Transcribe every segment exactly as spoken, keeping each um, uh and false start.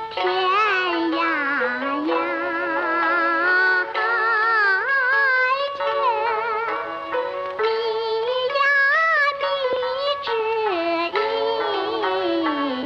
天涯呀，爱着你呀，你知音。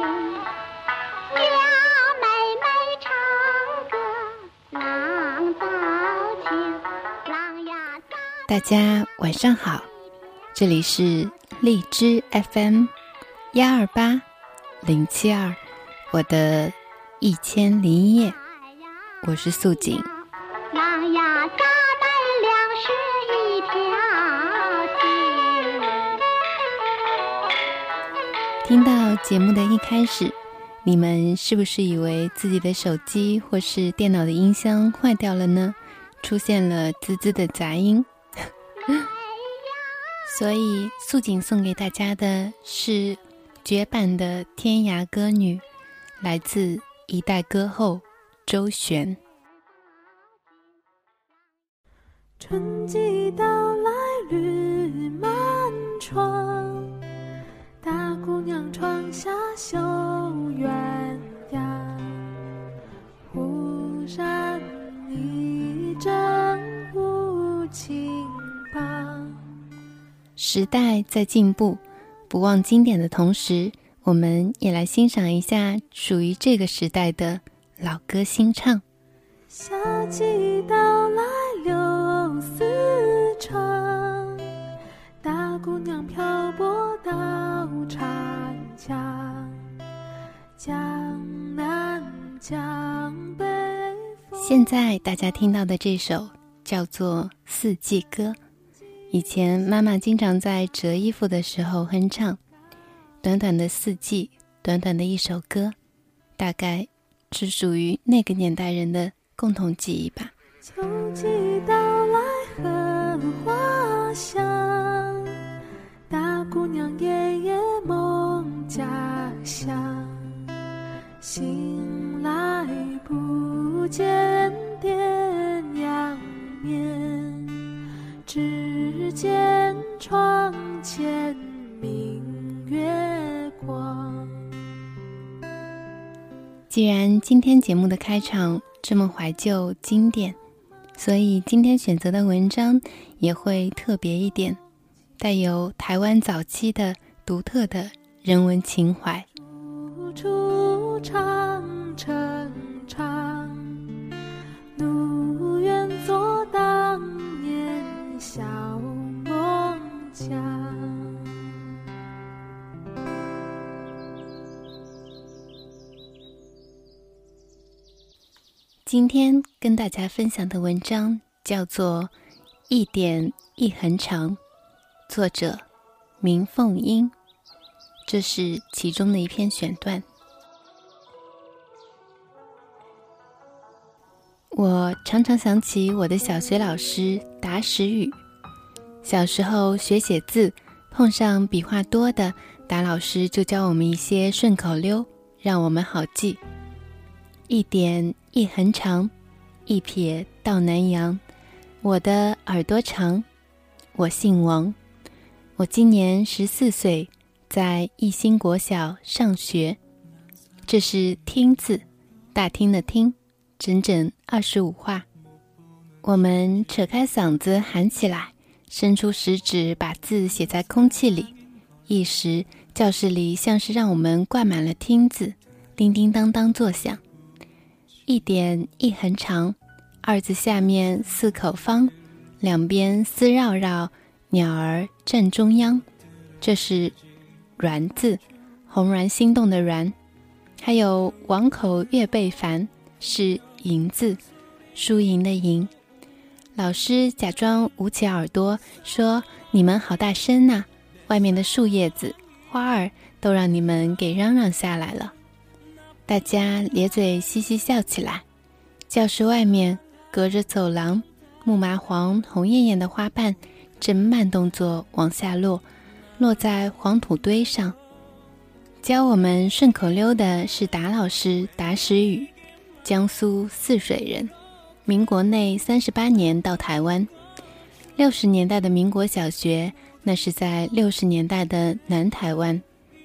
小妹妹唱歌，郎到情，郎呀在。 大家晚上好，这里是荔枝 F M 一二八零七二，我的一千零一夜，我是素锦。 郎呀，咱们俩是一条心。 听到节目的一开始，你们是不是以为自己的手机或是电脑的音箱坏掉了呢？出现了滋滋的杂音。所以素锦送给大家的是绝版的天涯歌女，来自一代歌后周璇。 春季到来绿满窗，大姑娘窗下绣鸳鸯，忽然一阵无情棒。 时代在进步，不忘经典的同时，我们也来欣赏一下属于这个时代的老歌新唱。 夏季到来柳丝长，大姑娘漂泊到长江，江南江北风。 现在大家听到的这首叫做《四季歌》，以前妈妈经常在折衣服的时候哼唱。短短的四季，短短的一首歌，大概是属于那个年代人的共同记忆吧。 秋季到来荷花香，大姑娘夜夜梦家乡，醒来不见爹娘面，只见窗前明月光。 既然今天节目的开场这么怀旧经典，所以今天选择的文章也会特别一点，带有台湾早期的独特的人文情怀。 处处长城长，路远作当年小梦家。 今天跟大家分享的文章叫做《一点一横长》，作者明凤英，这是其中的一篇选段。我常常想起我的小学老师达时雨，小时候学写字，碰上笔画多的，达老师就教我们一些顺口溜，让我们好记。一点一横长，一撇到南阳。我的耳朵长，我姓王。我今年十四岁，在一心国小上学。这是听字，大厅的厅，整整二十五画。我们扯开嗓子喊起来，伸出食指把字写在空气里，一时教室里像是让我们灌满了听字，叮叮当当作响。一点一横长，二字下面四口方，两边丝绕绕，鸟儿正中央。这是鸾字，红鸾心动的鸾。还有王口月背凡，是银字，输赢的赢。老师假装捂起耳朵说，你们好大声啊，外面的树叶子花儿都让你们给嚷嚷下来了。大家咧嘴嘻嘻笑起来。教室外面隔着走廊，木麻黄红艳艳的花瓣正慢动作往下落，落在黄土堆上。教我们顺口溜的是达老师达时雨，江苏泗水人，民国内三十八年到台湾。六十年代的民国小学，那是在六十年代的南台湾，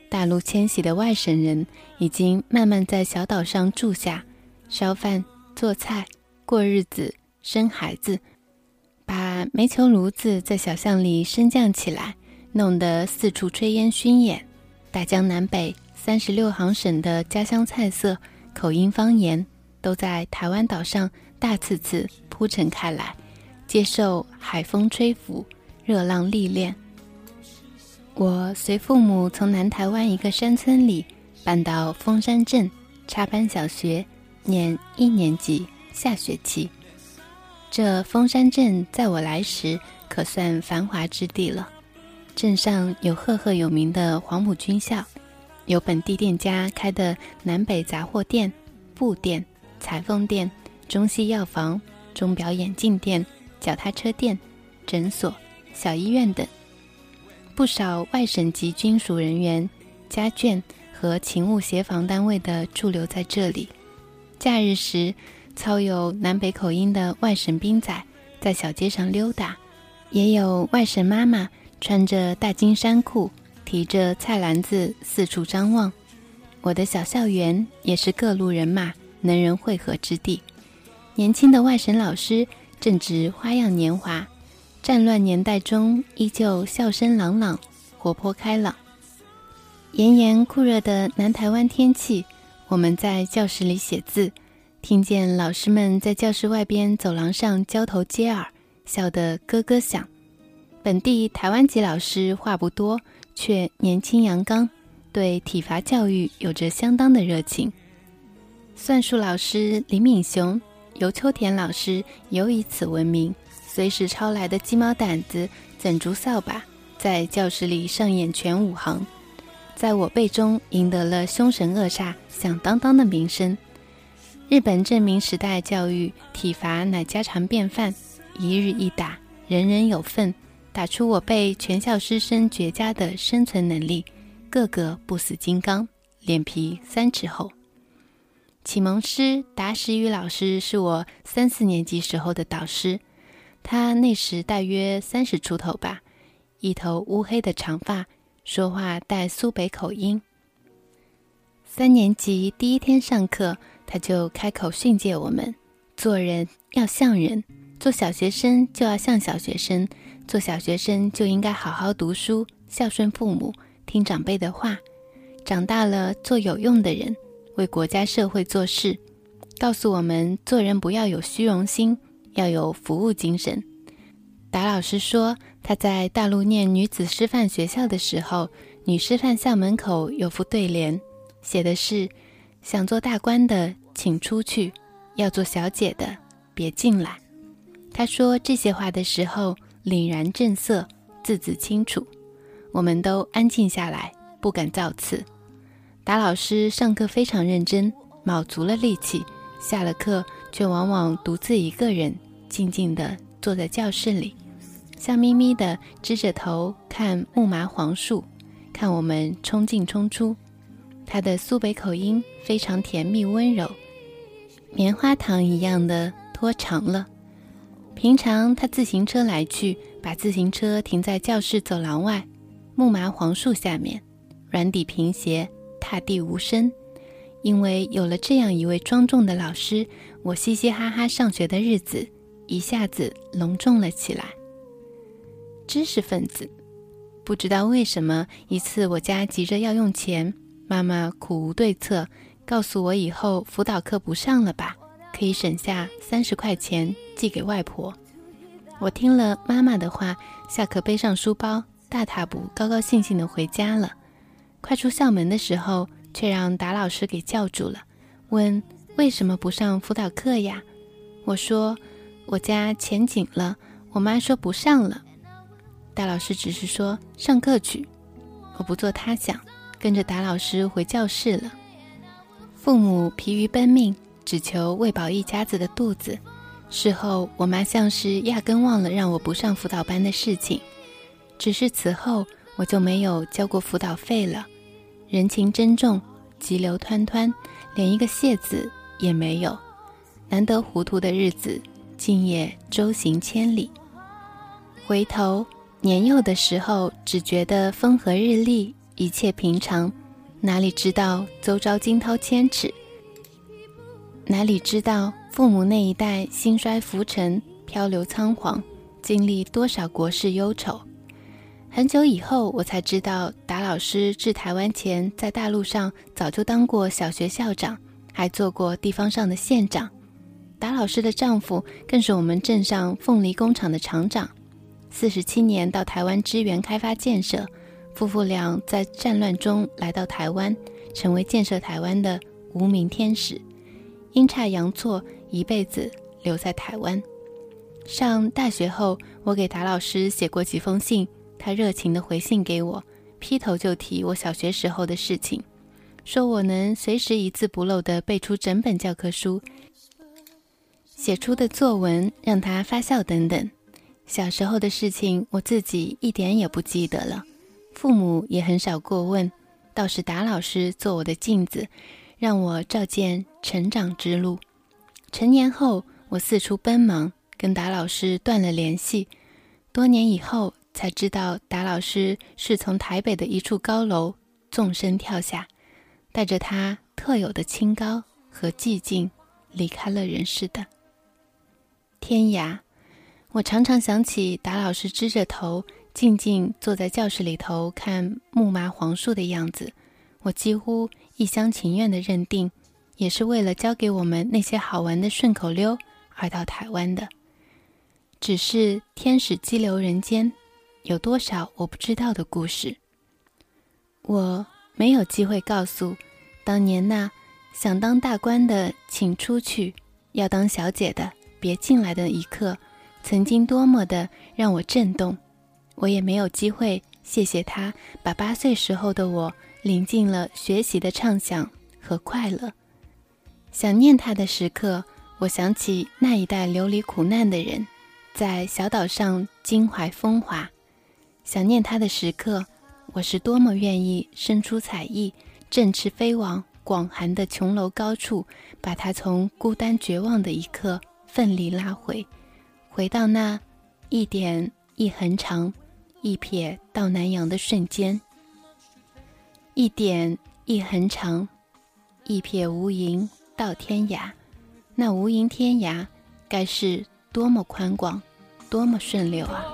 大陆迁徙的外省人已经慢慢在小岛上住下，烧饭、做菜、过日子、生孩子，把煤球炉子在小巷里升降起来，弄得四处炊烟熏眼。大江南北三十六行省的家乡菜色、口音方言都在台湾岛上大次次铺陈开来，接受海风吹拂，热浪历练。我随父母从南台湾一个山村里搬到丰山镇插班小学，念一年级下学期。这丰山镇在我来时可算繁华之地了，镇上有赫赫有名的黄埔军校，有本地店家开的南北杂货店、布店、裁缝店、中西药房、钟表眼镜店、脚踏车店、诊所、小医院等。不少外省籍军属人员、家眷和勤务协防单位的驻留在这里。假日时，操有南北口音的外省兵仔在小街上溜达，也有外省妈妈穿着大金衫裤，提着菜篮子四处张望。我的小校园也是各路人马能人汇合之地。年轻的外省老师正值花样年华，战乱年代中依旧笑声朗朗，活泼开朗。炎炎酷热的南台湾天气，我们在教室里写字，听见老师们在教室外边走廊上交头接耳，笑得咯咯响。本地台湾籍老师话不多，却年轻阳刚，对体罚教育有着相当的热情。算术老师林敏雄、尤秋田老师尤以此闻名，随时抄来的鸡毛掸子、整竹扫把，在教室里上演全五行，在我辈中赢得了凶神恶煞响当当的名声。日本证明时代教育体罚乃家常便饭，一日一打，人人有份，打出我辈全校师生绝佳的生存能力，个个不死金刚，脸皮三尺厚。启蒙师达时宇老师是我三四年级时候的导师，他那时大约三十出头吧，一头乌黑的长发，说话带苏北口音。三年级第一天上课，他就开口训诫我们，做人要像人，做小学生就要像小学生，做小学生就应该好好读书，孝顺父母，听长辈的话，长大了做有用的人，为国家社会做事。告诉我们做人不要有虚荣心，要有服务精神。达老师说，他在大陆念女子师范学校的时候，女师范校门口有副对联，写的是想做大官的请出去，要做小姐的别进来。他说这些话的时候凛然正色，字字清楚，我们都安静下来，不敢造次。达老师上课非常认真，卯足了力气，下了课却往往独自一个人静静地坐在教室里，笑眯眯地支着头看木麻黄树，看我们冲进冲出。他的苏北口音非常甜蜜温柔，棉花糖一样的拖长了。平常他自行车来去，把自行车停在教室走廊外木麻黄树下面，软底平鞋，踏地无声。因为有了这样一位庄重的老师，我嘻嘻哈哈上学的日子一下子隆重了起来。知识分子，不知道为什么，一次我家急着要用钱，妈妈苦无对策，告诉我以后辅导课不上了吧，可以省下三十块钱寄给外婆。我听了妈妈的话，下课背上书包，大踏步高高兴兴地回家了。快出校门的时候，却让达老师给叫住了，问为什么不上辅导课呀？我说我家钱紧了，我妈说不上了。达老师只是说上课去。我不做他想，跟着达老师回教室了。父母疲于奔命，只求喂饱一家子的肚子。事后我妈像是压根忘了让我不上辅导班的事情，只是此后我就没有交过辅导费了。人情珍重，急流湍湍，连一个谢字也没有。难得糊涂的日子，竟也周行千里。回头年幼的时候，只觉得风和日丽，一切平常， 哪里知道周遭惊涛千尺，哪里知道父母那一代兴衰浮沉，漂流仓皇，经历多少国事忧愁。很久以后我才知道，达老师至台湾前在大陆上早就当过小学校长，还做过地方上的县长。达老师的丈夫更是我们镇上凤梨工厂的厂长，四十七年到台湾支援开发建设，夫妇俩在战乱中来到台湾，成为建设台湾的无名天使，阴差阳错一辈子留在台湾。上大学后，我给达老师写过几封信，他热情地回信给我，劈头就提我小学时候的事情，说我能随时一字不漏地背出整本教科书，写出的作文让他发笑等等。小时候的事情我自己一点也不记得了，父母也很少过问，倒是达老师做我的镜子，让我照见成长之路。成年后，我四处奔忙，跟达老师断了联系。多年以后才知道，达老师是从台北的一处高楼纵身跳下，带着他特有的清高和寂静离开了人世的。天涯，我常常想起达老师支着头静静坐在教室里头看木麻黄树的样子，我几乎一厢情愿地认定，也是为了教给我们那些好玩的顺口溜而到台湾的。只是天使激流人间，有多少我不知道的故事。我没有机会告诉当年那想当大官的请出去，要当小姐的别进来的一刻，曾经多么的让我震动。我也没有机会谢谢他，把八岁时候的我领进了学习的畅想和快乐。想念他的时刻，我想起那一代流离苦难的人，在小岛上襟怀风华。想念他的时刻，我是多么愿意伸出彩翼，振翅飞往广寒的琼楼高处，把他从孤单绝望的一刻奋力拉回，回到那一点一横长，一撇到南洋的瞬间。一点一横长，一撇无垠到天涯，那无垠天涯该是多么宽广，多么顺流啊。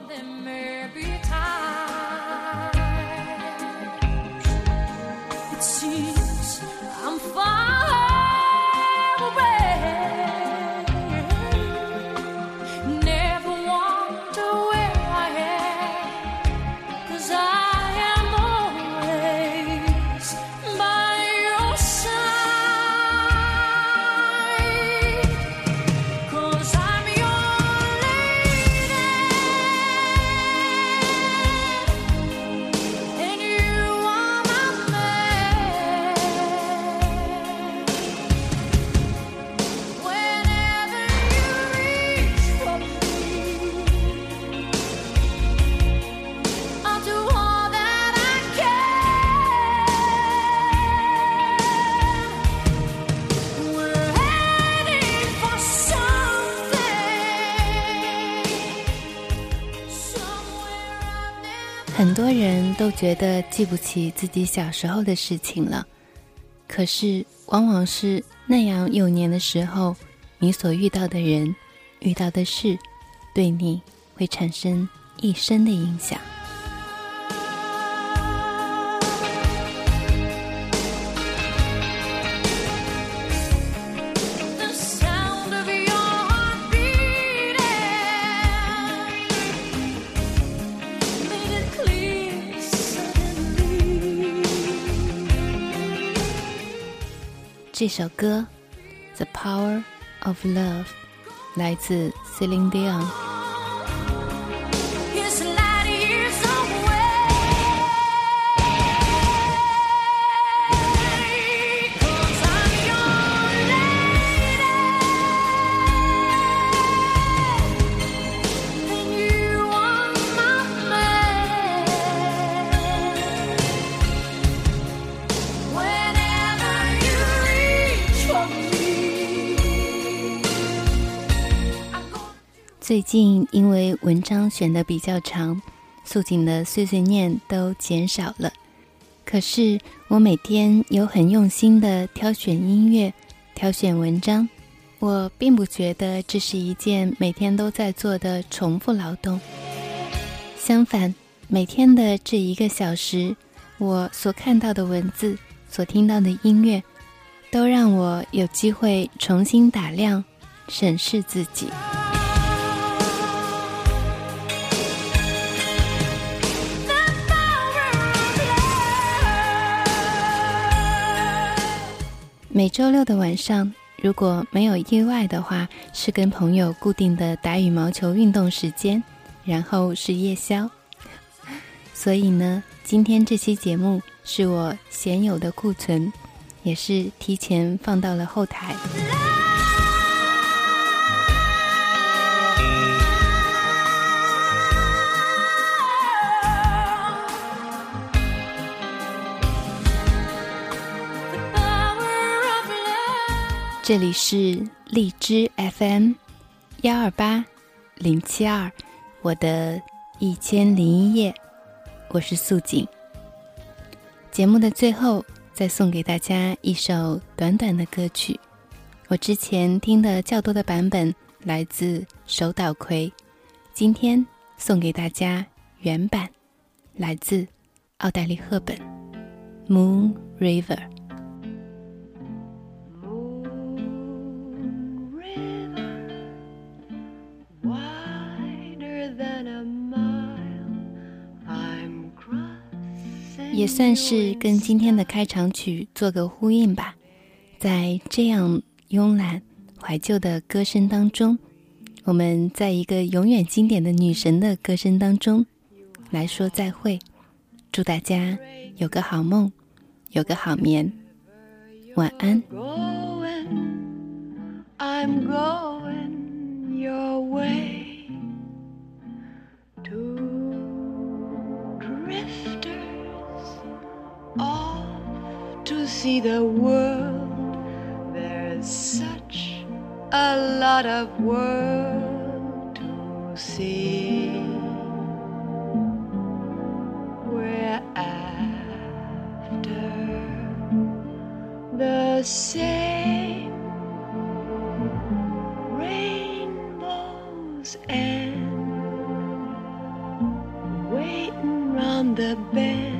很多人都觉得记不起自己小时候的事情了，可是往往是那样幼年的时候，你所遇到的人，遇到的事，对你会产生一生的影响。这首歌 The Power of Love 来自 Celine Dion。 最近因为文章选得比较长，素锦的碎碎念都减少了， 可是我每天有很用心地挑选音乐，挑选文章，我并不觉得这是一件每天都在做的重复劳动。相反，每天的这一个小时，我所看到的文字，所听到的音乐，都让我有机会重新打量、审视自己。每周六的晚上，如果没有意外的话，是跟朋友固定的打羽毛球运动时间，然后是夜宵。所以呢，今天这期节目是我鲜有的库存，也是提前放到了后台。这里是荔枝 F M 幺二八零七二，我的一千零一夜，我是素锦。节目的最后，再送给大家一首短短的歌曲。我之前听的较多的版本来自手岛葵，今天送给大家原版，来自奥黛丽·赫本， Moon River。也算是跟今天的开场曲做个呼应吧。在这样慵懒怀旧的歌声当中，我们在一个永远经典的女神的歌声当中来说再会。祝大家有个好梦，有个好眠，晚安。 I'm going your way, two drifters off to see the world. There's such a lot of world to see. We're after the same rainbows and waiting round the bend.